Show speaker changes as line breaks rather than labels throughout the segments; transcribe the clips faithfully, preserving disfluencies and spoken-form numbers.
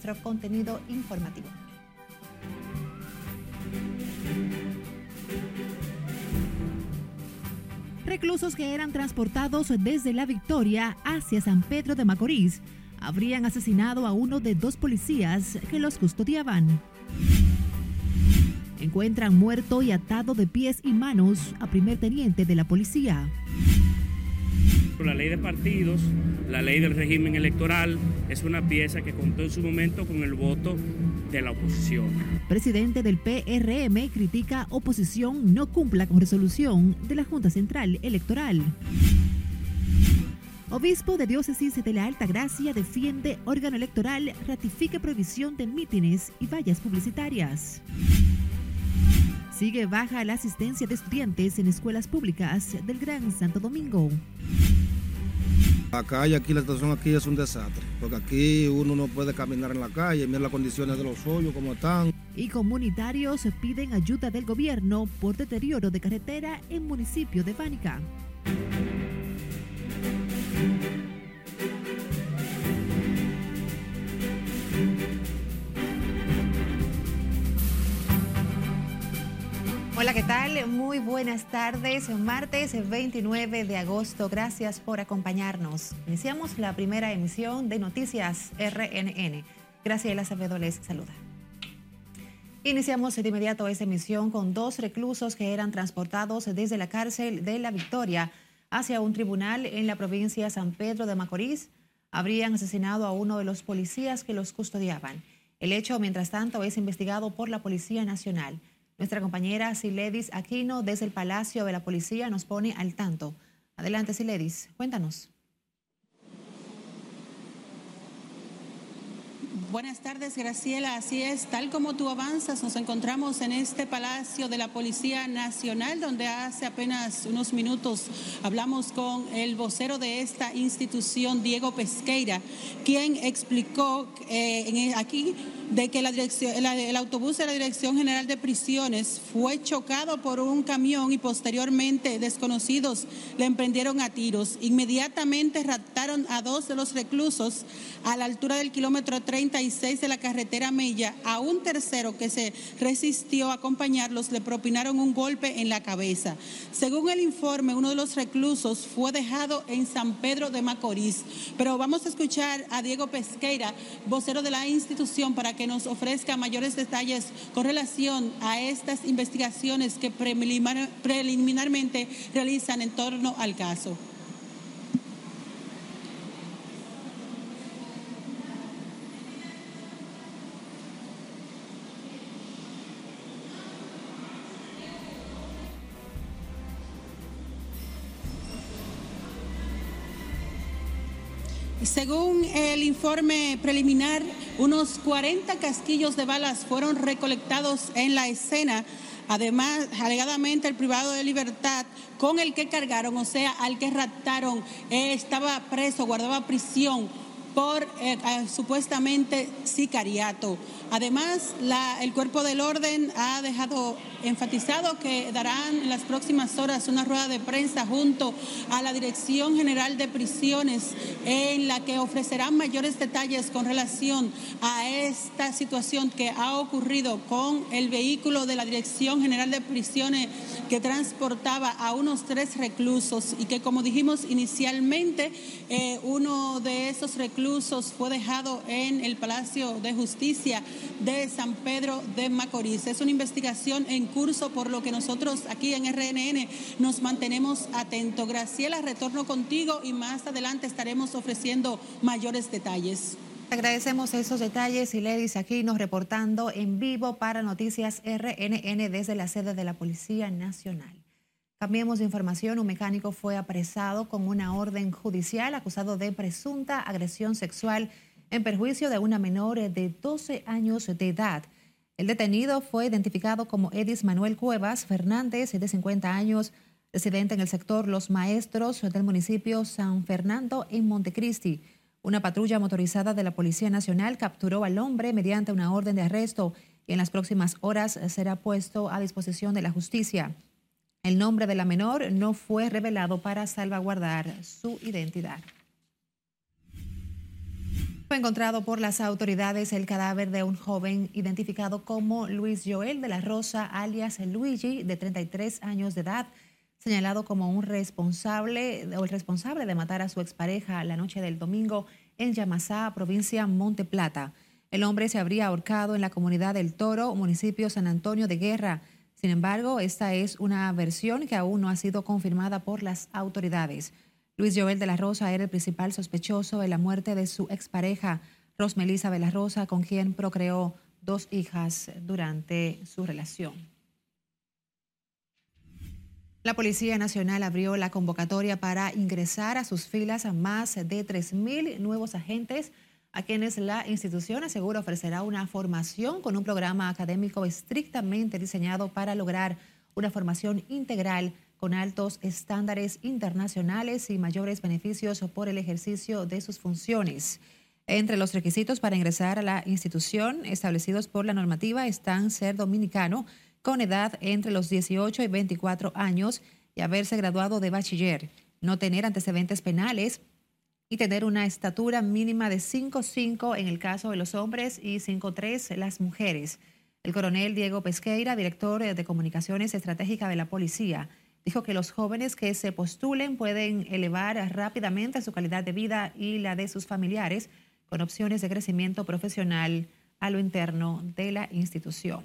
nuestro contenido informativo. Reclusos que eran transportados desde La Victoria hacia San Pedro de Macorís habrían asesinado a uno de dos policías que los custodiaban. Encuentran muerto y atado de pies y manos a primer teniente de la policía.
La ley de partidos, la ley del régimen electoral, es una pieza que contó en su momento con el voto de la oposición.
Presidente del P R M critica oposición no cumpla con resolución de la Junta Central Electoral. Obispo de Diócesis de la Altagracia defiende órgano electoral ratifique prohibición de mítines y vallas publicitarias. Sigue baja la asistencia de estudiantes en escuelas públicas del Gran Santo Domingo.
La calle aquí, la situación aquí es un desastre, porque aquí uno no puede caminar en la calle, mira las condiciones de los hoyos como están.
Y comunitarios piden ayuda del gobierno por deterioro de carretera en municipio de Bánica. Hola, ¿qué tal? Muy buenas tardes. Martes veintinueve de agosto. Gracias por acompañarnos. Iniciamos la primera emisión de Noticias R N N. Graciela Acevedo les saluda. Iniciamos de inmediato esta emisión con dos reclusos que eran transportados desde la cárcel de La Victoria hacia un tribunal en la provincia de San Pedro de Macorís. Habrían asesinado a uno de los policías que los custodiaban. El hecho, mientras tanto, es investigado por la Policía Nacional. Nuestra compañera Siledis Aquino desde el Palacio de la Policía nos pone al tanto. Adelante, Siledis, cuéntanos.
Buenas tardes, Graciela. Así es, tal como tú avanzas, nos encontramos en este Palacio de la Policía Nacional, donde hace apenas unos minutos hablamos con el vocero de esta institución, Diego Pesqueira, quien explicó eh, en, aquí de que la dirección, el, el autobús de la Dirección General de Prisiones fue chocado por un camión y posteriormente desconocidos le emprendieron a tiros. Inmediatamente raptaron a dos de los reclusos a la altura del kilómetro treinta y seis de la carretera Mella. A un tercero que se resistió a acompañarlos le propinaron un golpe en la cabeza. Según el informe, uno de los reclusos fue dejado en San Pedro de Macorís. Pero vamos a escuchar a Diego Pesqueira, vocero de la institución, para que nos ofrezca mayores detalles con relación a estas investigaciones que preliminar, preliminarmente realizan en torno al caso. Según el informe preliminar, unos cuarenta casquillos de balas fueron recolectados en la escena. Además, alegadamente el privado de libertad con el que cargaron, o sea, al que raptaron, eh, estaba preso, guardaba prisión por eh, eh, supuestamente sicariato. Además, la, el cuerpo del orden ha dejado enfatizado que darán en las próximas horas una rueda de prensa junto a la Dirección General de Prisiones en la que ofrecerán mayores detalles con relación a esta situación que ha ocurrido con el vehículo de la Dirección General de Prisiones que transportaba a unos tres reclusos y que, como dijimos inicialmente, eh, uno de esos reclusos fue dejado en el Palacio de Justicia de San Pedro de Macorís. Es una investigación en curso, por lo que nosotros aquí en R N N nos mantenemos atentos. Graciela, retorno contigo y más adelante estaremos ofreciendo mayores detalles.
Agradecemos esos detalles y Ledis aquí nos reportando en vivo para Noticias R N N desde la sede de la Policía Nacional. Cambiemos de información. Un mecánico fue apresado con una orden judicial acusado de presunta agresión sexual en perjuicio de una menor de doce años de edad. El detenido fue identificado como Edis Manuel Cuevas Fernández, de cincuenta años, residente en el sector Los Maestros del municipio San Fernando en Montecristi. Una patrulla motorizada de la Policía Nacional capturó al hombre mediante una orden de arresto y en las próximas horas será puesto a disposición de la justicia. El nombre de la menor no fue revelado para salvaguardar su identidad. Fue encontrado por las autoridades el cadáver de un joven identificado como Luis Joel de la Rosa, alias Luigi, de treinta y tres años de edad, señalado como un responsable o el responsable de matar a su expareja la noche del domingo en Yamasá, provincia Monte Plata. El hombre se habría ahorcado en la comunidad del Toro, municipio San Antonio de Guerra. Sin embargo, esta es una versión que aún no ha sido confirmada por las autoridades. Luis Joel de la Rosa era el principal sospechoso de la muerte de su expareja, Rosmelisa de la Rosa, con quien procreó dos hijas durante su relación. La Policía Nacional abrió la convocatoria para ingresar a sus filas a más de tres mil nuevos agentes, a quienes la institución asegura ofrecerá una formación con un programa académico estrictamente diseñado para lograr una formación integral con altos estándares internacionales y mayores beneficios por el ejercicio de sus funciones. Entre los requisitos para ingresar a la institución establecidos por la normativa están ser dominicano con edad entre los dieciocho y veinticuatro años y haberse graduado de bachiller, no tener antecedentes penales y tener una estatura mínima de cinco cinco en el caso de los hombres y cinco tres las mujeres. El coronel Diego Pesqueira, director de Comunicaciones Estratégicas de la Policía, dijo que los jóvenes que se postulen pueden elevar rápidamente su calidad de vida y la de sus familiares con opciones de crecimiento profesional a lo interno de la institución.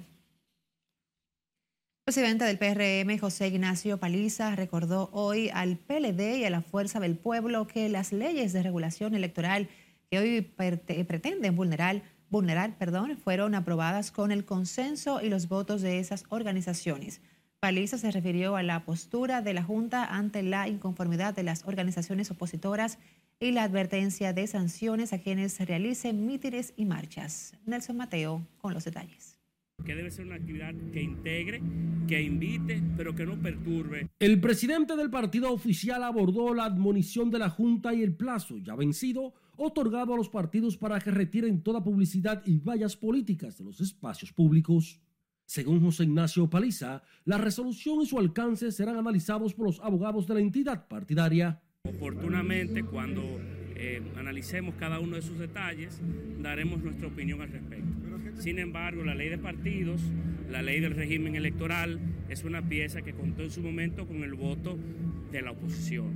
El presidente del P R M, José Ignacio Paliza, recordó hoy al P L D y a la Fuerza del Pueblo que las leyes de regulación electoral que hoy pretenden vulnerar, vulnerar perdón, fueron aprobadas con el consenso y los votos de esas organizaciones. Paliza se refirió a la postura de la Junta ante la inconformidad de las organizaciones opositoras y la advertencia de sanciones a quienes realicen mítines y marchas. Nelson Mateo con los detalles.
Que debe ser una actividad que integre, que invite, pero que no perturbe.
El presidente del partido oficial abordó la admonición de la Junta y el plazo ya vencido otorgado a los partidos para que retiren toda publicidad y vallas políticas de los espacios públicos. Según José Ignacio Paliza, la resolución y su alcance serán analizados por los abogados de la entidad partidaria.
Oportunamente, cuando eh, analicemos cada uno de sus detalles, daremos nuestra opinión al respecto. Sin embargo, la ley de partidos, la ley del régimen electoral, es una pieza que contó en su momento con el voto de la oposición.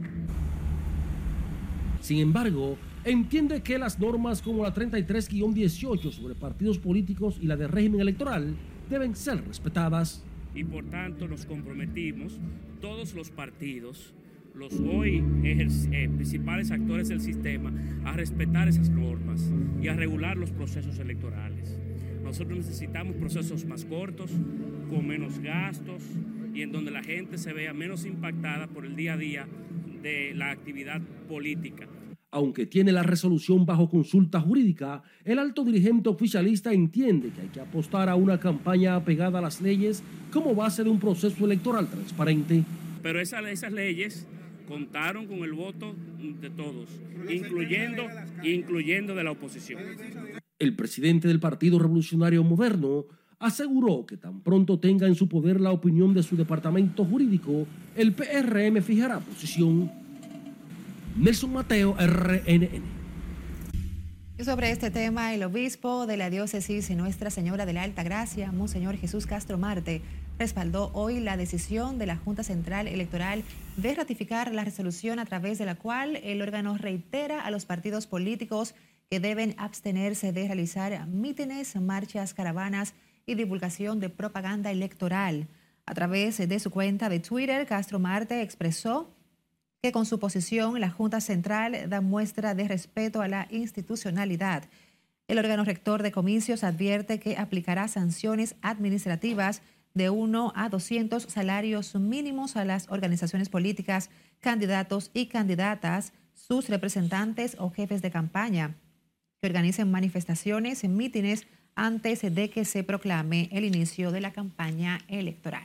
Sin embargo, entiende que las normas como la treinta y tres guión dieciocho sobre partidos políticos y la de régimen electoral deben ser respetadas.
Y por tanto nos comprometimos, todos los partidos, los hoy eh, principales actores del sistema, a respetar esas normas y a regular los procesos electorales. Nosotros necesitamos procesos más cortos, con menos gastos y en donde la gente se vea menos impactada por el día a día de la actividad política.
Aunque tiene la resolución bajo consulta jurídica, el alto dirigente oficialista entiende que hay que apostar a una campaña apegada a las leyes como base de un proceso electoral transparente.
Pero esa, esas leyes contaron con el voto de todos, incluyendo, incluyendo de la oposición.
El presidente del Partido Revolucionario Moderno aseguró que tan pronto tenga en su poder la opinión de su departamento jurídico, el P R M fijará posición. Nelson Mateo, R N N.
Y sobre este tema, el obispo de la diócesis y Nuestra Señora de la Alta Gracia, Monseñor Jesús Castro Marte, respaldó hoy la decisión de la Junta Central Electoral de ratificar la resolución a través de la cual el órgano reitera a los partidos políticos que deben abstenerse de realizar mítines, marchas, caravanas y divulgación de propaganda electoral. A través de su cuenta de Twitter, Castro Marte expresó que con su posición la Junta Central da muestra de respeto a la institucionalidad. El órgano rector de comicios advierte que aplicará sanciones administrativas de uno a doscientos salarios mínimos a las organizaciones políticas, candidatos y candidatas, sus representantes o jefes de campaña que organicen manifestaciones, mítines antes de que se proclame el inicio de la campaña electoral.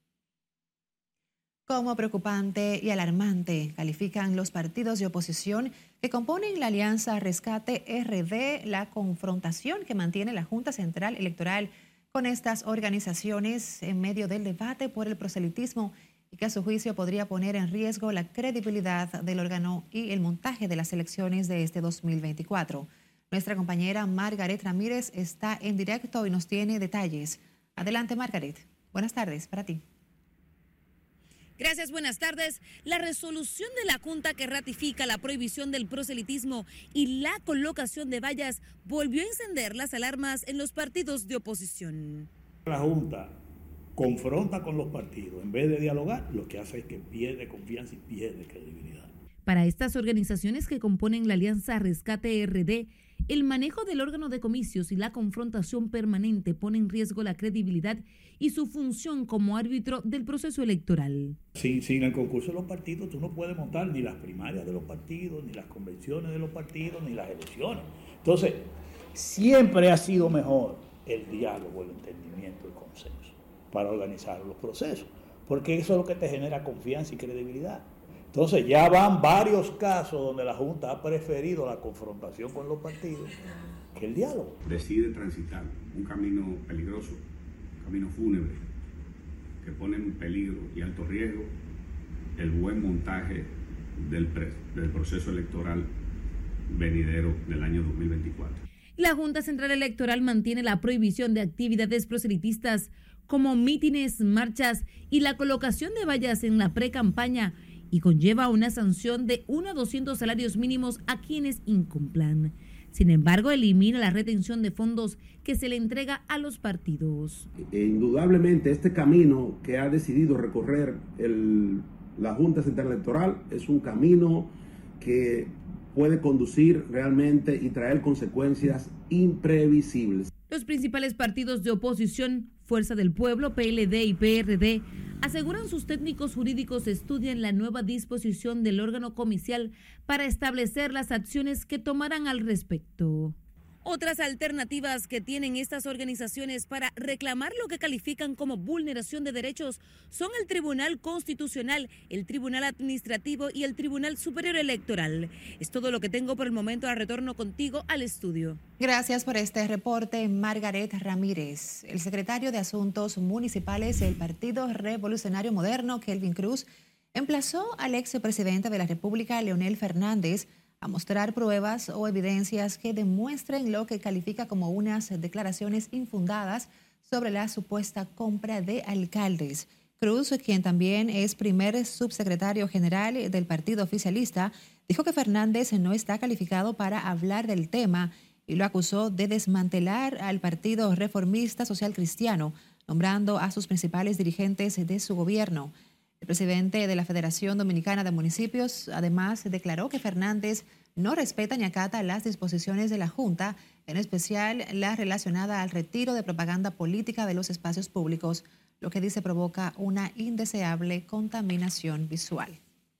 Como preocupante y alarmante califican los partidos de oposición que componen la Alianza Rescate R D la confrontación que mantiene la Junta Central Electoral con estas organizaciones en medio del debate por el proselitismo y que a su juicio podría poner en riesgo la credibilidad del órgano y el montaje de las elecciones de este dos mil veinticuatro. Nuestra compañera Margaret Ramírez está en directo y nos tiene detalles. Adelante, Margaret. Buenas tardes para ti.
Gracias, buenas tardes. La resolución de la Junta que ratifica la prohibición del proselitismo y la colocación de vallas volvió a encender las alarmas en los partidos de oposición.
La Junta confronta con los partidos. En vez de dialogar, lo que hace es que pierde confianza y pierde credibilidad.
Para estas organizaciones que componen la Alianza Rescate R D, el manejo del órgano de comicios y la confrontación permanente pone en riesgo la credibilidad y su función como árbitro del proceso electoral.
Sin, sin el concurso de los partidos, tú no puedes montar ni las primarias de los partidos, ni las convenciones de los partidos, ni las elecciones. Entonces, siempre ha sido mejor el diálogo, el entendimiento, el consenso para organizar los procesos, porque eso es lo que te genera confianza y credibilidad. Entonces ya van varios casos donde la Junta ha preferido la confrontación con los partidos que el diálogo.
Decide transitar un camino peligroso, un camino fúnebre, que pone en peligro y alto riesgo el buen montaje del, pre, del proceso electoral venidero del año dos mil veinticuatro.
La Junta Central Electoral mantiene la prohibición de actividades proselitistas como mítines, marchas y la colocación de vallas en la pre-campaña, y conlleva una sanción de uno a doscientos salarios mínimos a quienes incumplan. Sin embargo, elimina la retención de fondos que se le entrega a los partidos.
E indudablemente este camino que ha decidido recorrer el, la Junta Central Electoral es un camino que puede conducir realmente y traer consecuencias imprevisibles.
Los principales partidos de oposición, Fuerza del Pueblo, P L D y P R D, aseguran sus técnicos jurídicos estudian la nueva disposición del órgano comicial para establecer las acciones que tomarán al respecto. Otras alternativas que tienen estas organizaciones para reclamar lo que califican como vulneración de derechos son el Tribunal Constitucional, el Tribunal Administrativo y el Tribunal Superior Electoral. Es todo lo que tengo por el momento. Al retorno contigo al estudio.
Gracias por este reporte, Margaret Ramírez. El secretario de Asuntos Municipales del Partido Revolucionario Moderno, Kelvin Cruz, emplazó al expresidente de la República, Leonel Fernández, a mostrar pruebas o evidencias que demuestren lo que califica como unas declaraciones infundadas sobre la supuesta compra de alcaldes. Cruz, quien también es primer subsecretario general del partido oficialista, dijo que Fernández no está calificado para hablar del tema y lo acusó de desmantelar al Partido Reformista Social Cristiano, nombrando a sus principales dirigentes de su gobierno. El presidente de la Federación Dominicana de Municipios además declaró que Fernández no respeta ni acata las disposiciones de la Junta, en especial la relacionada al retiro de propaganda política de los espacios públicos, lo que dice provoca una indeseable contaminación visual.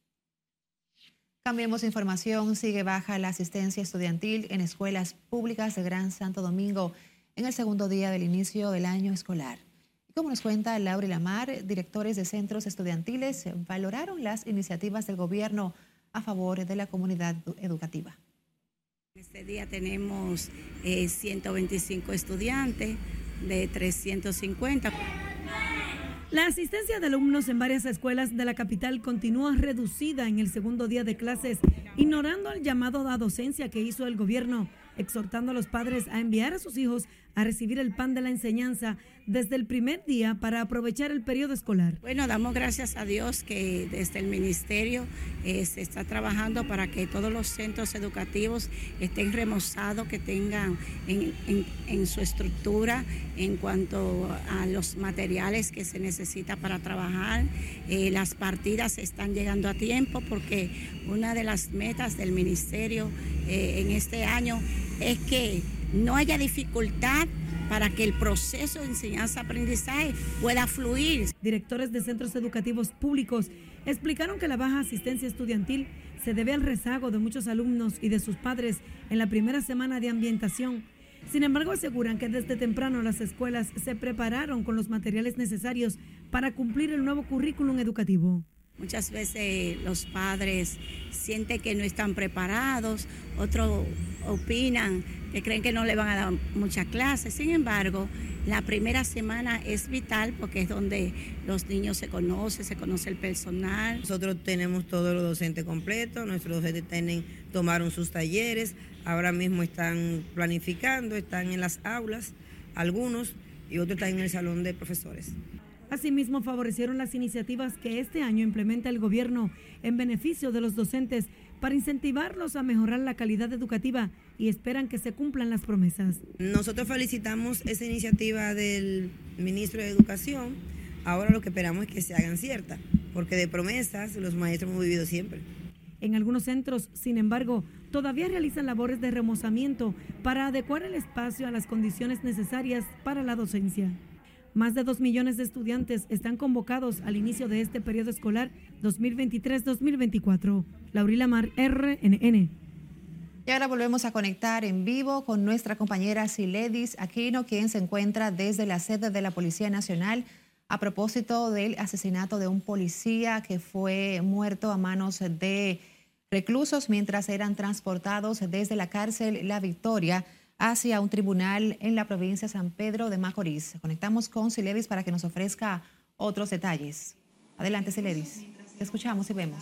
Cambiemos de información. Sigue baja la asistencia estudiantil en escuelas públicas de Gran Santo Domingo en el segundo día del inicio del año escolar. Como nos cuenta Laura Lamar, directores de centros estudiantiles valoraron las iniciativas del gobierno a favor de la comunidad educativa.
Este día tenemos eh, ciento veinticinco estudiantes de trescientos cincuenta.
La asistencia de alumnos en varias escuelas de la capital continúa reducida en el segundo día de clases, ignorando el llamado a docencia que hizo el gobierno, exhortando a los padres a enviar a sus hijos a recibir el pan de la enseñanza desde el primer día para aprovechar el periodo escolar.
Bueno, damos gracias a Dios que desde el ministerio eh, se está trabajando para que todos los centros educativos estén remozados, que tengan en, en, en su estructura en cuanto a los materiales que se necesita para trabajar. Eh, las partidas están llegando a tiempo porque una de las metas del ministerio eh, en este año es que no haya dificultad para que el proceso de enseñanza-aprendizaje pueda fluir.
Directores de centros educativos públicos explicaron que la baja asistencia estudiantil se debe al rezago de muchos alumnos y de sus padres en la primera semana de ambientación. Sin embargo, aseguran que desde temprano las escuelas se prepararon con los materiales necesarios para cumplir el nuevo currículum educativo.
Muchas veces los padres sienten que no están preparados, otros opinan que creen que no le van a dar mucha clase. Sin embargo, la primera semana es vital porque es donde los niños se conocen, se conoce el personal.
Nosotros tenemos todos los docentes completos, nuestros docentes tienen, tomaron sus talleres, ahora mismo están planificando, están en las aulas, algunos, y otros están en el salón de profesores.
Asimismo, favorecieron las iniciativas que este año implementa el gobierno en beneficio de los docentes para incentivarlos a mejorar la calidad educativa y esperan que se cumplan las promesas.
Nosotros felicitamos esa iniciativa del ministro de Educación. Ahora lo que esperamos es que se hagan ciertas, porque de promesas los maestros hemos vivido siempre.
En algunos centros, sin embargo, todavía realizan labores de remozamiento para adecuar el espacio a las condiciones necesarias para la docencia. Más de dos millones de estudiantes están convocados al inicio de este periodo escolar dos mil veintitrés dos mil veinticuatro. Laurila Mar, R N N.
Y ahora volvemos a conectar en vivo con nuestra compañera Siledis Aquino, quien se encuentra desde la sede de la Policía Nacional a propósito del asesinato de un policía que fue muerto a manos de reclusos mientras eran transportados desde la cárcel La Victoria hacia un tribunal en la provincia de San Pedro de Macorís. Conectamos con Siledis para que nos ofrezca otros detalles. Adelante, Siledis. Te escuchamos y vemos.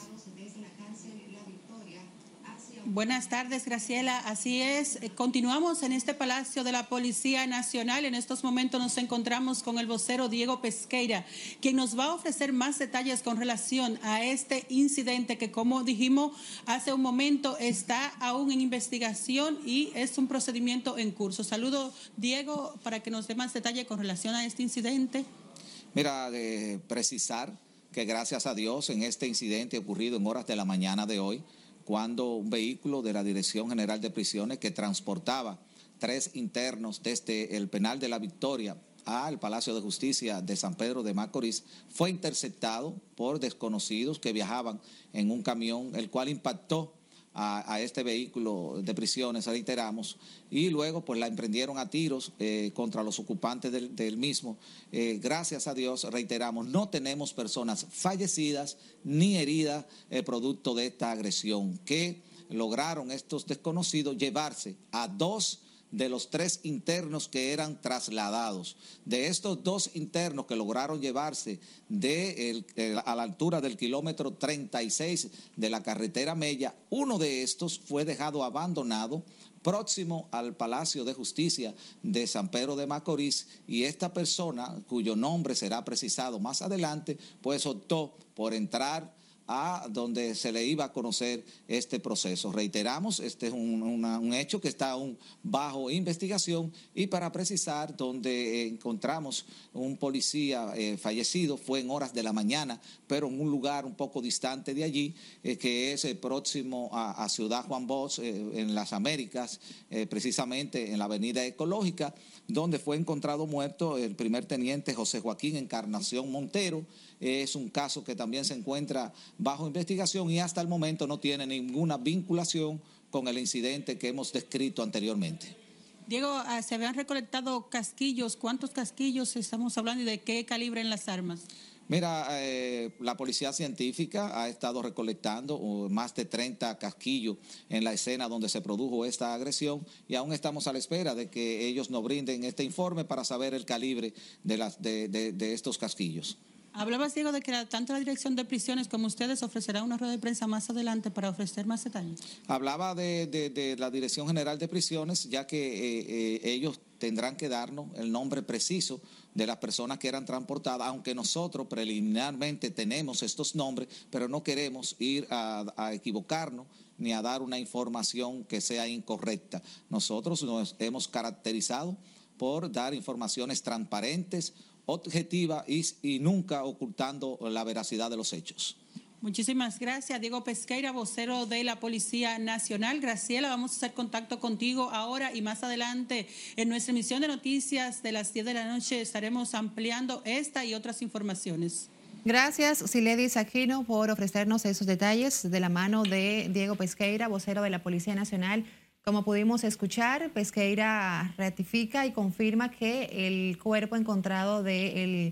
Buenas tardes, Graciela. Así es, continuamos en este Palacio de la Policía Nacional. En estos momentos nos encontramos con el vocero Diego Pesqueira, quien nos va a ofrecer más detalles con relación a este incidente que, como dijimos hace un momento, está aún en investigación y es un procedimiento en curso. Saludo, Diego, para que nos dé más detalles con relación a este incidente.
Mira, de precisar que gracias a Dios en este incidente ocurrido en horas de la mañana de hoy, cuando un vehículo de la Dirección General de Prisiones que transportaba tres internos desde el penal de La Victoria al Palacio de Justicia de San Pedro de Macorís fue interceptado por desconocidos que viajaban en un camión, el cual impactó a, a este vehículo de prisiones, reiteramos, y luego pues la emprendieron a tiros eh, contra los ocupantes del, del mismo. Eh, gracias a Dios, reiteramos, no tenemos personas fallecidas ni heridas eh, producto de esta agresión, que lograron estos desconocidos llevarse a dos de los tres internos que eran trasladados. De estos dos internos que lograron llevarse de el, el, a la altura del kilómetro treinta y seis de la carretera Mella, uno de estos fue dejado abandonado próximo al Palacio de Justicia de San Pedro de Macorís, y esta persona, cuyo nombre será precisado más adelante, pues optó por entrar a donde se le iba a conocer este proceso. Reiteramos, este es un, una, un hecho que está aún bajo investigación, y para precisar, donde eh, encontramos un policía eh, fallecido fue en horas de la mañana, pero en un lugar un poco distante de allí, eh, que es eh, próximo a, a Ciudad Juan Bosch, eh, en las Américas, eh, precisamente en la avenida Ecológica, donde fue encontrado muerto el primer teniente José Joaquín Encarnación Montero. Es un caso que también se encuentra bajo investigación y hasta el momento no tiene ninguna vinculación con el incidente que hemos descrito anteriormente.
Diego, se habían recolectado casquillos. ¿Cuántos casquillos estamos hablando y de qué calibre en las armas?
Mira, eh, la policía científica ha estado recolectando uh, más de treinta casquillos en la escena donde se produjo esta agresión, y aún estamos a la espera de que ellos nos brinden este informe para saber el calibre de, las, de, de, de estos casquillos.
Hablabas, Diego, de que la, tanto la Dirección de Prisiones como ustedes ofrecerán una rueda de prensa más adelante para ofrecer más detalles.
Hablaba de, de, de la Dirección General de Prisiones, ya que eh, eh, ellos tendrán que darnos el nombre preciso de las personas que eran transportadas, aunque nosotros preliminarmente tenemos estos nombres, pero no queremos ir a, a equivocarnos ni a dar una información que sea incorrecta. Nosotros nos hemos caracterizado por dar informaciones transparentes, objetiva y, y nunca ocultando la veracidad de los hechos.
Muchísimas gracias, Diego Pesqueira, vocero de la Policía Nacional. Graciela, vamos a hacer contacto contigo ahora y más adelante en nuestra emisión de noticias de las diez de la noche estaremos ampliando esta y otras informaciones.
Gracias, Siledis Aquino, por ofrecernos esos detalles de la mano de Diego Pesqueira, vocero de la Policía Nacional. Como pudimos escuchar, Pesqueira ratifica y confirma que el cuerpo encontrado del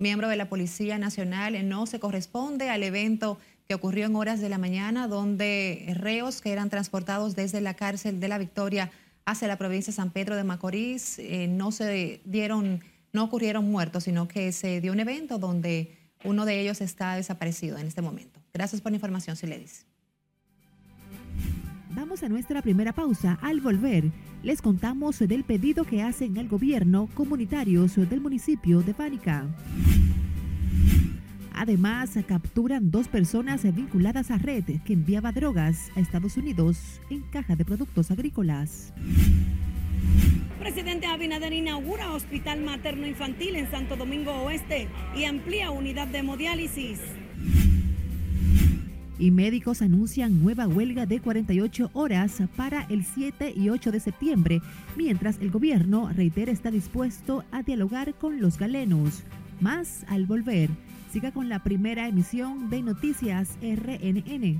miembro de la Policía Nacional, no se corresponde al evento que ocurrió en horas de la mañana, donde reos que eran transportados desde la cárcel de La Victoria hacia la provincia de San Pedro de Macorís eh, no se dieron, no ocurrieron muertos, sino que se dio un evento donde uno de ellos está desaparecido en este momento. Gracias por la información, Siledis.
Vamos a nuestra primera pausa. Al volver, les contamos del pedido que hacen al gobierno comunitarios del municipio de Pánica. Además, capturan dos personas vinculadas a red que enviaba drogas a Estados Unidos en caja de productos agrícolas.
Presidente Abinader inaugura hospital materno infantil en Santo Domingo Oeste y amplía unidad de hemodiálisis.
Y médicos anuncian nueva huelga de cuarenta y ocho horas para el siete y ocho de septiembre, mientras el gobierno reitera está dispuesto a dialogar con los galenos. Más al volver. Siga con la primera emisión de Noticias R N N.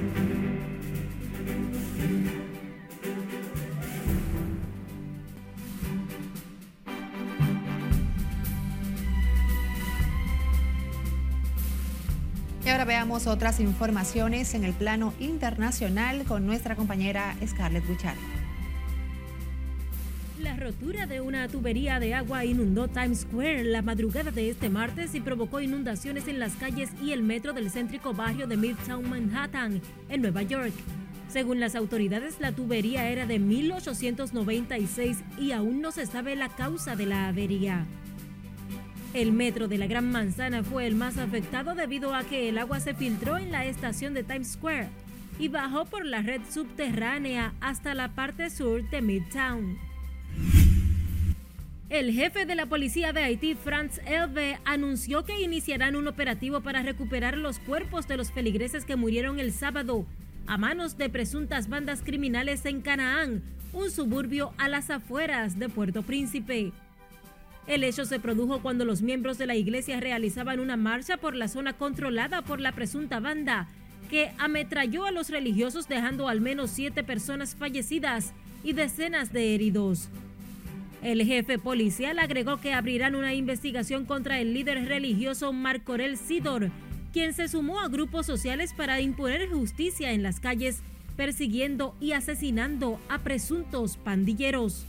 Y ahora veamos otras informaciones en el plano internacional con nuestra compañera Scarlett Guichardo.
La rotura de una tubería de agua inundó Times Square la madrugada de este martes y provocó inundaciones en las calles y el metro del céntrico barrio de Midtown Manhattan, en Nueva York. Según las autoridades, la tubería era de mil ochocientos noventa y seis y aún no se sabe la causa de la avería. El metro de la Gran Manzana fue el más afectado debido a que el agua se filtró en la estación de Times Square y bajó por la red subterránea hasta la parte sur de Midtown. El jefe de la policía de Haití, Franz Elve, anunció que iniciarán un operativo para recuperar los cuerpos de los feligreses que murieron el sábado a manos de presuntas bandas criminales en Canaán, un suburbio a las afueras de Puerto Príncipe. El hecho se produjo cuando los miembros de la iglesia realizaban una marcha por la zona controlada por la presunta banda, que ametralló a los religiosos dejando al menos siete personas fallecidas y decenas de heridos. El jefe policial agregó que abrirán una investigación contra el líder religioso Marcorell Sidor, quien se sumó a grupos sociales para imponer justicia en las calles, persiguiendo y asesinando a presuntos pandilleros.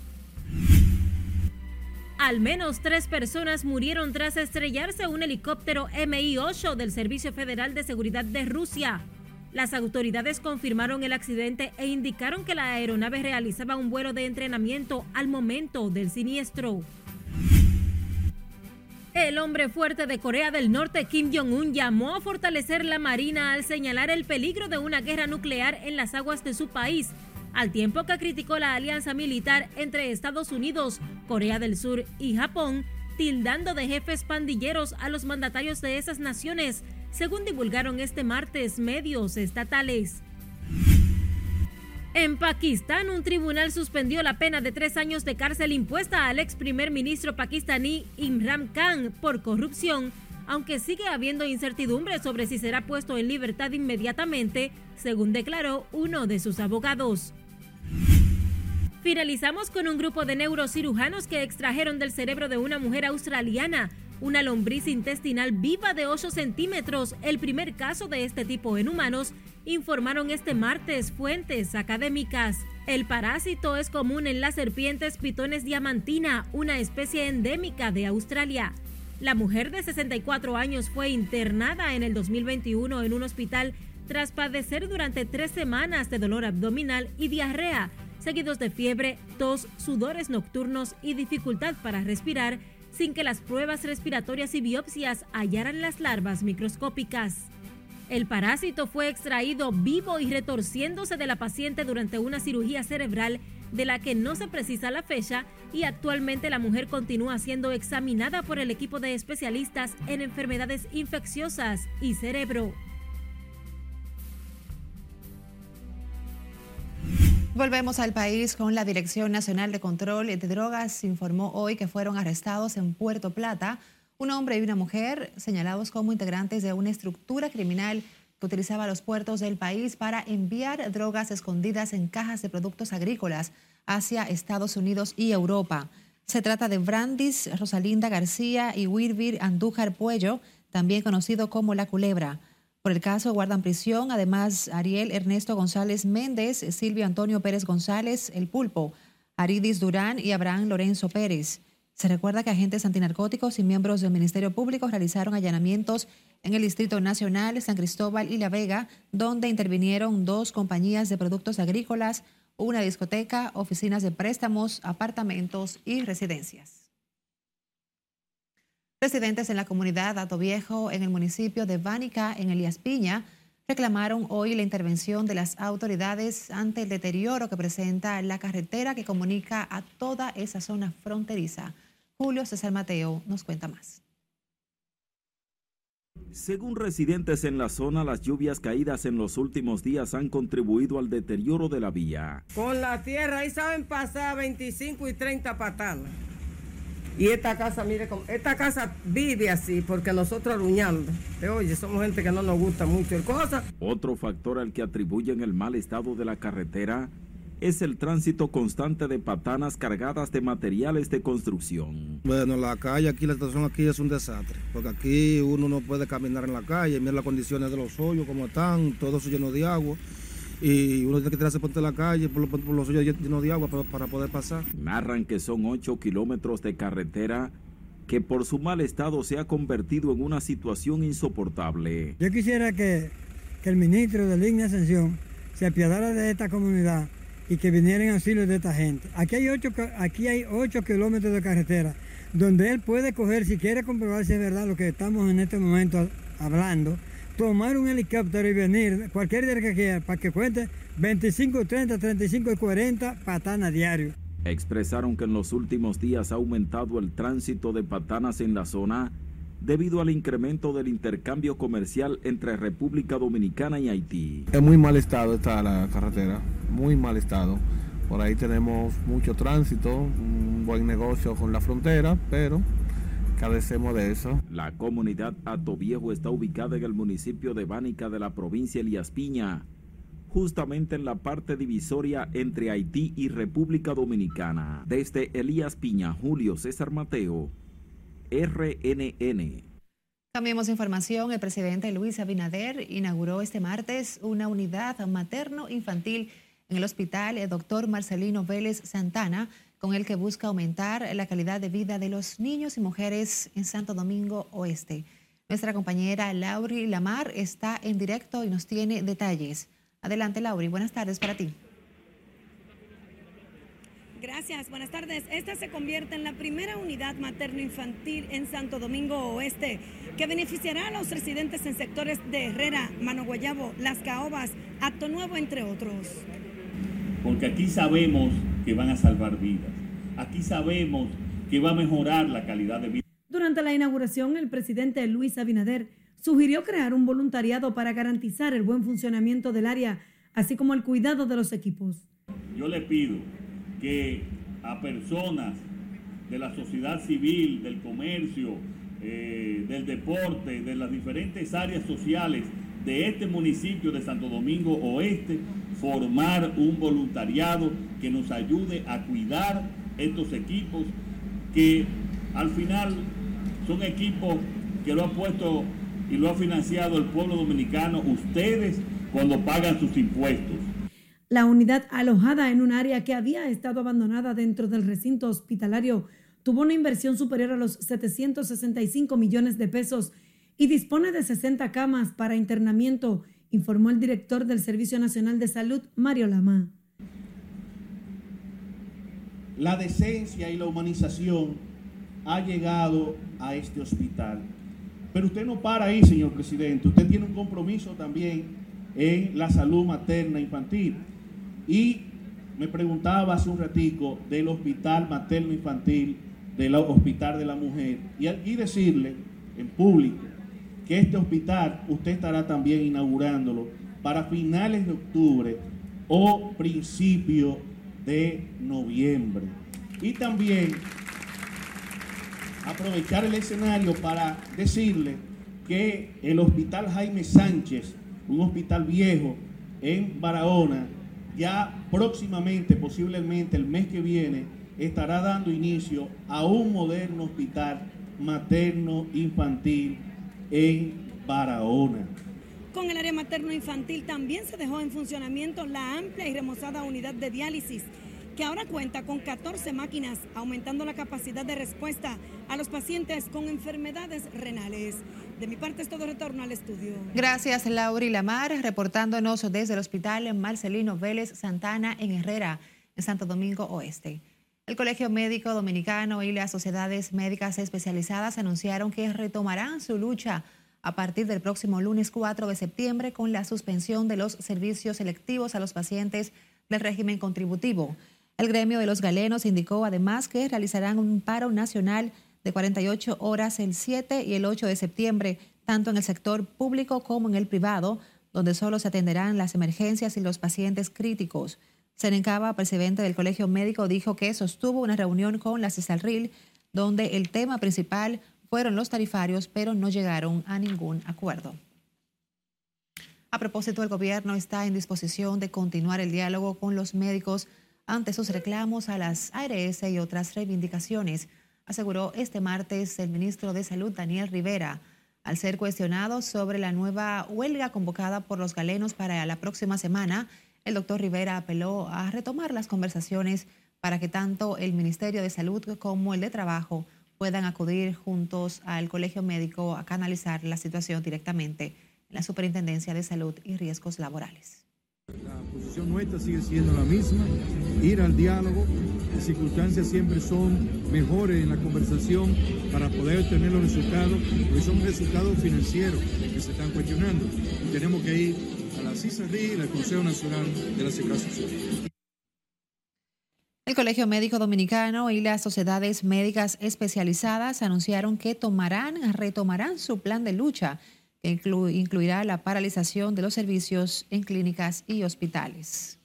Al menos tres personas murieron tras estrellarse un helicóptero M I ocho del Servicio Federal de Seguridad de Rusia. Las autoridades confirmaron el accidente e indicaron que la aeronave realizaba un vuelo de entrenamiento al momento del siniestro. El hombre fuerte de Corea del Norte, Kim Jong-un, llamó a fortalecer la marina al señalar el peligro de una guerra nuclear en las aguas de su país, al tiempo que criticó la alianza militar entre Estados Unidos, Corea del Sur y Japón, tildando de jefes pandilleros a los mandatarios de esas naciones, según divulgaron este martes medios estatales. En Pakistán, un tribunal suspendió la pena de tres años de cárcel impuesta al ex primer ministro pakistaní Imran Khan por corrupción, aunque sigue habiendo incertidumbre sobre si será puesto en libertad inmediatamente, según declaró uno de sus abogados. Finalizamos con un grupo de neurocirujanos que extrajeron del cerebro de una mujer australiana una lombriz intestinal viva de ocho centímetros, el primer caso de este tipo en humanos, informaron este martes fuentes académicas. El parásito es común en las serpientes pitones diamantina, una especie endémica de Australia. La mujer de sesenta y cuatro años fue internada en el dos mil veintiuno en un hospital tras padecer durante tres semanas de dolor abdominal y diarrea, seguidos de fiebre, tos, sudores nocturnos y dificultad para respirar, sin que las pruebas respiratorias y biopsias hallaran las larvas microscópicas. El parásito fue extraído vivo y retorciéndose de la paciente durante una cirugía cerebral de la que no se precisa la fecha, y actualmente la mujer continúa siendo examinada por el equipo de especialistas en enfermedades infecciosas y cerebro.
Volvemos al país con la Dirección Nacional de Control de Drogas. Informó hoy que fueron arrestados en Puerto Plata un hombre y una mujer señalados como integrantes de una estructura criminal que utilizaba los puertos del país para enviar drogas escondidas en cajas de productos agrícolas hacia Estados Unidos y Europa. Se trata de Brandis Rosalinda García y Wilbir Andújar Puello, también conocido como La Culebra. Por el caso guardan prisión además Ariel Ernesto González Méndez, Silvio Antonio Pérez González, El Pulpo, Aridis Durán y Abraham Lorenzo Pérez. Se recuerda que agentes antinarcóticos y miembros del Ministerio Público realizaron allanamientos en el Distrito Nacional, San Cristóbal y La Vega, donde intervinieron dos compañías de productos agrícolas, una discoteca, oficinas de préstamos, apartamentos y residencias. Residentes en la comunidad Atoviejo, en el municipio de Bánica, en Elías Piña, reclamaron hoy la intervención de las autoridades ante el deterioro que presenta la carretera que comunica a toda esa zona fronteriza. Julio César Mateo nos cuenta más.
Según residentes en la zona, las lluvias caídas en los últimos días han contribuido al deterioro de la vía.
Con la tierra ahí saben pasar veinticinco y treinta patadas. Y esta casa, mire, esta casa vive así porque nosotros aruñando. Oye, somos gente que no nos gusta mucho el cosa.
Otro factor al que atribuyen el mal estado de la carretera es el tránsito constante de patanas cargadas de materiales de construcción.
Bueno, la calle aquí, la estación aquí es un desastre, porque aquí uno no puede caminar en la calle, mira las condiciones de los hoyos, como están, todo eso lleno de agua. Y uno tiene que tirarse por la calle, por, por, por los hoyos llenos de agua para, para poder pasar.
Narran que son ocho kilómetros de carretera que por su mal estado se ha convertido en una situación insoportable.
Yo quisiera que, que el ministro de Línea Ascensión se apiadara de esta comunidad y que viniera en auxilio de esta gente. Aquí hay ocho, aquí hay ocho kilómetros de carretera donde él puede coger, si quiere comprobar si es verdad lo que estamos en este momento hablando, tomar un helicóptero y venir cualquier día que quiera para que cuente veinticinco, treinta, treinta y cinco y cuarenta patanas diario.
Expresaron que en los últimos días ha aumentado el tránsito de patanas en la zona debido al incremento del intercambio comercial entre República Dominicana y Haití.
En muy mal estado está la carretera, muy mal estado. Por ahí tenemos mucho tránsito, un buen negocio con la frontera, pero carecemos de eso.
La comunidad Atoviejo está ubicada en el municipio de Bánica de la provincia de Elías Piña, justamente en la parte divisoria entre Haití y República Dominicana. Desde Elías Piña, Julio César Mateo, R N N.
Cambiemos de información. El presidente Luis Abinader inauguró este martes una unidad materno-infantil en el hospital el doctor Marcelino Vélez Santana, con el que busca aumentar la calidad de vida de los niños y mujeres en Santo Domingo Oeste. Nuestra compañera Lauri Lamar está en directo y nos tiene detalles. Adelante, Lauri. Buenas tardes para ti.
Gracias, buenas tardes. Esta se convierte en la primera unidad materno-infantil en Santo Domingo Oeste, que beneficiará a los residentes en sectores de Herrera, Mano Guayabo, Las Caobas, Acto Nuevo, entre otros.
Porque aquí sabemos que van a salvar vidas. Aquí sabemos que va a mejorar la calidad de vida.
Durante la inauguración, el presidente Luis Abinader sugirió crear un voluntariado para garantizar el buen funcionamiento del área, así como el cuidado de los equipos.
Yo le pido que a personas de la sociedad civil, del comercio, eh, del deporte, de las diferentes áreas sociales de este municipio de Santo Domingo Oeste, formar un voluntariado que nos ayude a cuidar estos equipos, que al final son equipos que lo ha puesto y lo ha financiado el pueblo dominicano, ustedes, cuando pagan sus impuestos.
La unidad, alojada en un área que había estado abandonada dentro del recinto hospitalario, tuvo una inversión superior a los setecientos sesenta y cinco millones de pesos y dispone de sesenta camas para internamiento, informó el director del Servicio Nacional de Salud, Mario Lama.
La decencia y la humanización ha llegado a este hospital. Pero usted no para ahí, señor presidente. Usted tiene un compromiso también en la salud materna infantil. Y me preguntaba hace un ratico del hospital materno infantil, del hospital de la mujer. Y, y decirle en público que este hospital usted estará también inaugurándolo para finales de octubre o principio de noviembre. Y también aprovechar el escenario para decirle que el hospital Jaime Sánchez, un hospital viejo en Barahona, ya próximamente, posiblemente el mes que viene, estará dando inicio a un moderno hospital materno-infantil en Barahona.
Con el área materno-infantil también se dejó en funcionamiento la amplia y remozada unidad de diálisis, que ahora cuenta con catorce máquinas, aumentando la capacidad de respuesta a los pacientes con enfermedades renales. De mi parte es todo, retorno al estudio.
Gracias, Lauri Lamar, reportándonos desde el Hospital Marcelino Vélez Santana en Herrera, en Santo Domingo Oeste. El Colegio Médico Dominicano y las sociedades médicas especializadas anunciaron que retomarán su lucha a partir del próximo lunes cuatro de septiembre con la suspensión de los servicios selectivos a los pacientes del régimen contributivo. El gremio de los galenos indicó además que realizarán un paro nacional de cuarenta y ocho horas el siete y el ocho de septiembre, tanto en el sector público como en el privado, donde solo se atenderán las emergencias y los pacientes críticos. Senencaba, presidente del Colegio Médico, dijo que sostuvo una reunión con la CESALRIL, donde el tema principal fueron los tarifarios, pero no llegaron a ningún acuerdo. A propósito, el gobierno está en disposición de continuar el diálogo con los médicos ante sus reclamos a las A R S y otras reivindicaciones, aseguró este martes el ministro de Salud, Daniel Rivera, al ser cuestionado sobre la nueva huelga convocada por los galenos para la próxima semana. El doctor Rivera apeló a retomar las conversaciones para que tanto el Ministerio de Salud como el de Trabajo puedan acudir juntos al Colegio Médico a canalizar la situación directamente en la Superintendencia de Salud y Riesgos Laborales.
La posición nuestra sigue siendo la misma, ir al diálogo. Las circunstancias siempre son mejores en la conversación para poder obtener los resultados, porque son resultados financieros que se están cuestionando. Y tenemos que ir a la CESARRIL, al Consejo Nacional de la Seguridad Social.
El Colegio Médico Dominicano y las sociedades médicas especializadas anunciaron que tomarán, retomarán su plan de lucha, que inclu- incluirá la paralización de los servicios en clínicas y hospitales.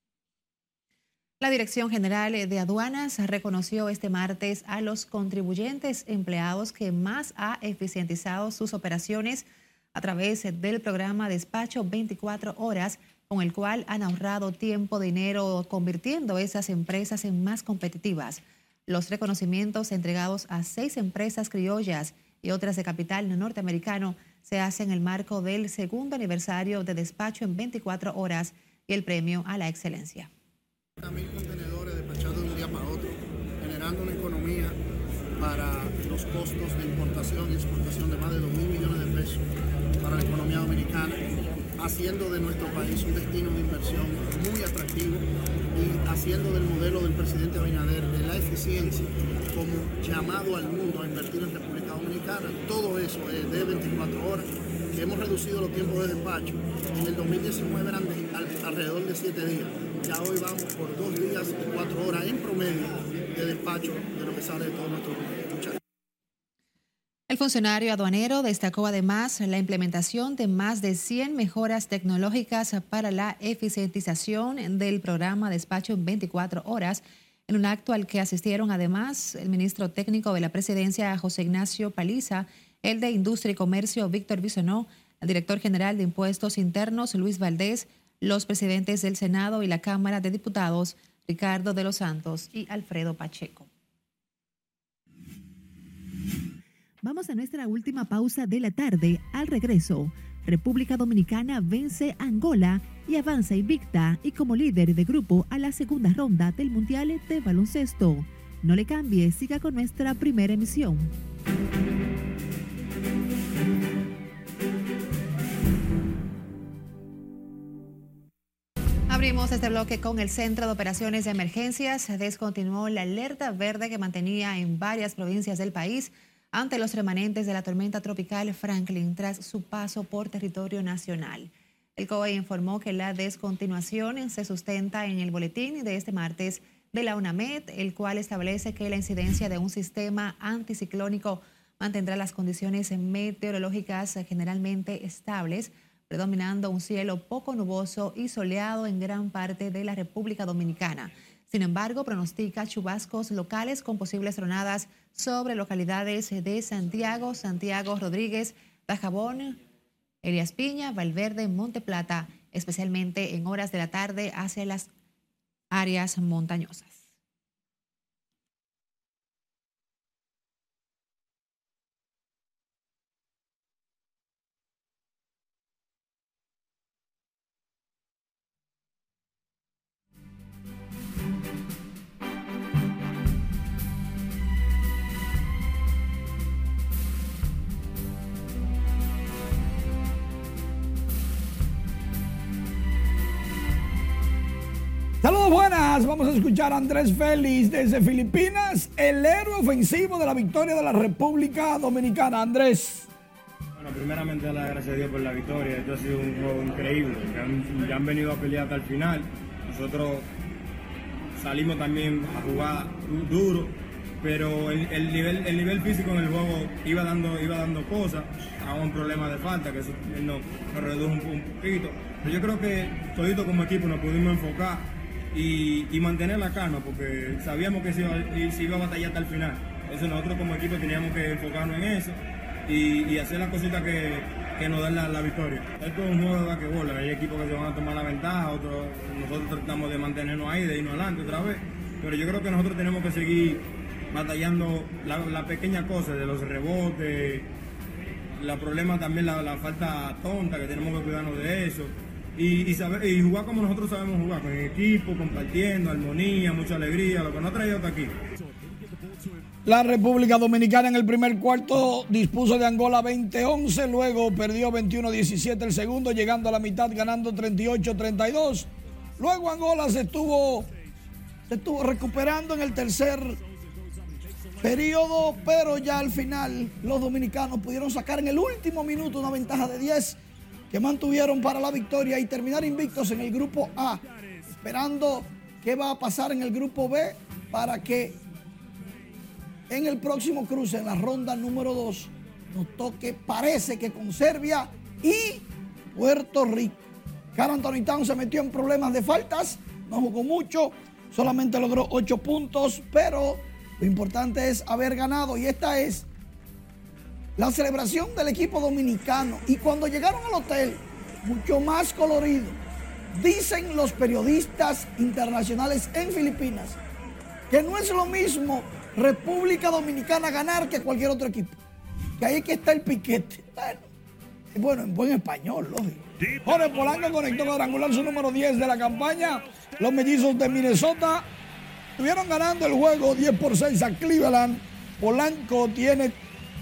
La Dirección General de Aduanas reconoció este martes a los contribuyentes empleados que más ha eficientizado sus operaciones a través del programa Despacho veinticuatro horas, con el cual han ahorrado tiempo, dinero, convirtiendo esas empresas en más competitivas. Los reconocimientos entregados a seis empresas criollas y otras de capital norteamericano se hacen en el marco del segundo aniversario de Despacho en veinticuatro horas y el premio a la excelencia.
Mil contenedores despachados de un día para otro, generando una economía para los costos de importación y exportación de más de dos mil millones de pesos para la economía dominicana, haciendo de nuestro país un destino de inversión muy atractivo y haciendo del modelo del presidente Abinader de la eficiencia como llamado al mundo a invertir en República Dominicana. Todo eso es de veinticuatro horas, que hemos reducido los tiempos de despacho. En el dos mil diecinueve eran de, al, alrededor de siete días. Ya hoy vamos por dos días y cuatro horas en promedio de despacho de lo que sale de todo nuestro muchachos.
El funcionario aduanero destacó además la implementación de más de cien mejoras tecnológicas para la eficientización del programa Despacho en veinticuatro horas, en un acto al que asistieron además el ministro técnico de la presidencia, José Ignacio Paliza, el de Industria y Comercio, Víctor Bisonó, el director general de Impuestos Internos, Luis Valdés, los presidentes del Senado y la Cámara de Diputados, Ricardo de los Santos y Alfredo Pacheco.
Vamos a nuestra última pausa de la tarde. Al regreso, República Dominicana vence a Angola y avanza invicta y como líder de grupo a la segunda ronda del Mundial de Baloncesto. No le cambie, siga con nuestra primera emisión.
Abrimos este bloque con el Centro de Operaciones de Emergencias. Descontinuó la alerta verde que mantenía en varias provincias del país ante los remanentes de la tormenta tropical Franklin tras su paso por territorio nacional. El C O E informó que la descontinuación se sustenta en el boletín de este martes de la UNAMED, el cual establece que la incidencia de un sistema anticiclónico mantendrá las condiciones meteorológicas generalmente estables, predominando un cielo poco nuboso y soleado en gran parte de la República Dominicana. Sin embargo, pronostica chubascos locales con posibles tronadas sobre localidades de Santiago, Santiago Rodríguez, Dajabón, Elías Piña, Valverde, Monte Plata, especialmente en horas de la tarde hacia las áreas montañosas.
Saludos buenas, vamos a escuchar a Andrés Félix desde Filipinas, el héroe ofensivo de la victoria de la República Dominicana. Andrés.
Bueno, primeramente dar las gracias a Dios por la victoria. Esto ha sido un juego increíble, que han, ya han venido a pelear hasta el final. Nosotros salimos también a jugar duro, pero el, el, nivel, el nivel físico en el juego iba dando, iba dando cosas. Había un problema de falta, que eso nos, nos redujo un, un poquito. Pero yo creo que todito como equipo nos pudimos enfocar y, y mantener la calma, porque sabíamos que se iba, se iba a batallar hasta el final. Entonces nosotros como equipo teníamos que enfocarnos en eso y, y hacer las cositas que, que nos dan la, la victoria. Esto es un juego de basquetbol, hay equipos que se van a tomar la ventaja, otros, nosotros tratamos de mantenernos ahí, de irnos adelante otra vez, pero yo creo que nosotros tenemos que seguir batallando la, la pequeña cosa de los rebotes, la problema también, la, la falta tonta, que tenemos que cuidarnos de eso. Y, y, saber, y jugar como nosotros sabemos jugar, con el equipo, compartiendo, armonía, mucha alegría, lo que nos ha traído hasta aquí.
La República Dominicana en el primer cuarto dispuso de Angola veinte once, luego perdió veintiuno diecisiete el segundo, llegando a la mitad ganando treinta y ocho treinta y dos. Luego Angola se estuvo, se estuvo recuperando en el tercer periodo, pero ya al final los dominicanos pudieron sacar en el último minuto una ventaja de diez que mantuvieron para la victoria y terminar invictos en el grupo A, esperando qué va a pasar en el grupo B para que en el próximo cruce, en la ronda número dos, nos toque, parece que con Serbia y Puerto Rico. Karl Anthony Towns se metió en problemas de faltas, no jugó mucho, solamente logró ocho puntos, pero lo importante es haber ganado, y esta es la celebración del equipo dominicano. Y cuando llegaron al hotel, mucho más colorido. Dicen los periodistas internacionales en Filipinas que no es lo mismo República Dominicana ganar que cualquier otro equipo. Que ahí es que está el piquete. Bueno, bueno en buen español, lógico. Jorge Polanco conectó cuadrangular su número diez de la campaña. Los mellizos de Minnesota estuvieron ganando el juego diez por seis a Cleveland. Polanco tiene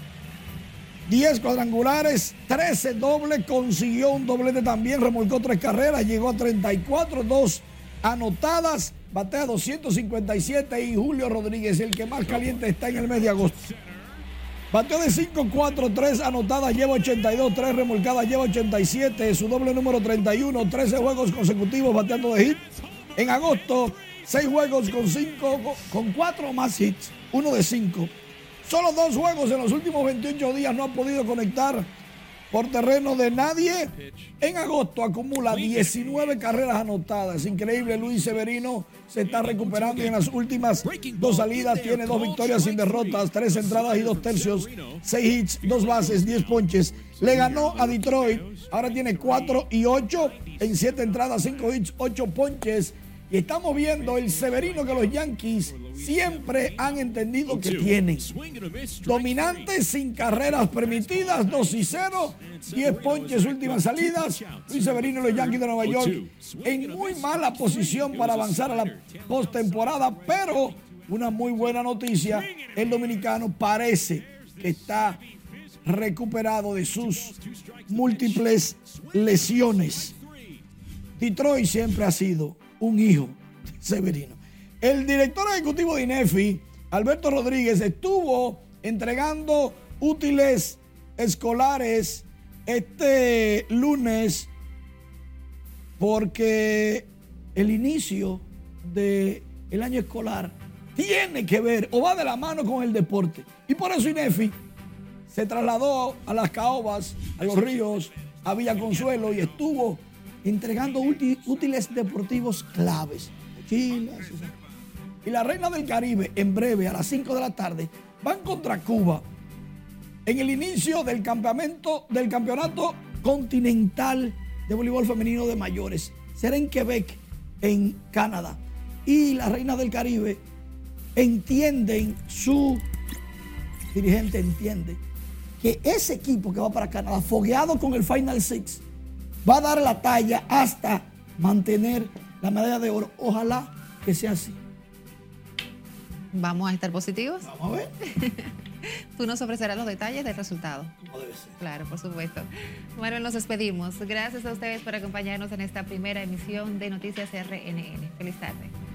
diez cuadrangulares, trece dobles, consiguió un doblete también, remolcó tres carreras, llegó a treinta y cuatro, dos anotadas, batea doscientos cincuenta y siete y Julio Rodríguez, el que más caliente está en el mes de agosto. Bateó de cinco, cuatro, tres anotadas, lleva ochenta y dos, tres remolcadas, lleva ochenta y siete, su doble número treinta y uno, trece juegos consecutivos bateando de hit. En agosto, seis juegos con cinco, con cuatro más hits, uno de cinco. Solo dos juegos en los últimos veintiocho días, no ha podido conectar por terreno de nadie. En agosto acumula diecinueve carreras anotadas. Increíble, Luis Severino se está recuperando y en las últimas dos salidas tiene dos victorias sin derrotas, tres entradas y dos tercios, seis hits, dos bases, diez ponches. Le ganó a Detroit, ahora tiene cuatro y ocho en siete entradas, cinco hits, ocho ponches. Y estamos viendo el Severino que los Yankees siempre han entendido que tienen. Dominante, sin carreras permitidas, dos y cero, diez ponches, últimas salidas. Luis Severino y los Yankees de Nueva York en muy mala posición para avanzar a la postemporada, pero una muy buena noticia, el dominicano parece que está recuperado de sus múltiples lesiones. Detroit siempre ha sido un hijo de Severino. El director ejecutivo de INEFI, Alberto Rodríguez, estuvo entregando útiles escolares este lunes porque el inicio del año escolar tiene que ver o va de la mano con el deporte. Y por eso INEFI se trasladó a Las Caobas, a Los Ríos, a Villa Consuelo y estuvo entregando útiles deportivos claves. Mochilas. Y la Reina del Caribe, en breve, a las cinco de la tarde, van contra Cuba en el inicio del campamento, del campeonato continental de voleibol femenino de mayores. Será en Quebec, en Canadá. Y la Reina del Caribe entienden, su dirigente entiende, que ese equipo que va para Canadá, fogueado con el Final Six, va a dar la talla hasta mantener la medalla de oro. Ojalá que sea así.
¿Vamos a estar positivos?
Vamos a ver.
Tú nos ofrecerás los detalles del resultado.
No debe ser.
Claro, por supuesto. Manuel, nos despedimos. Gracias a ustedes por acompañarnos en esta primera emisión de Noticias R N N. Feliz tarde.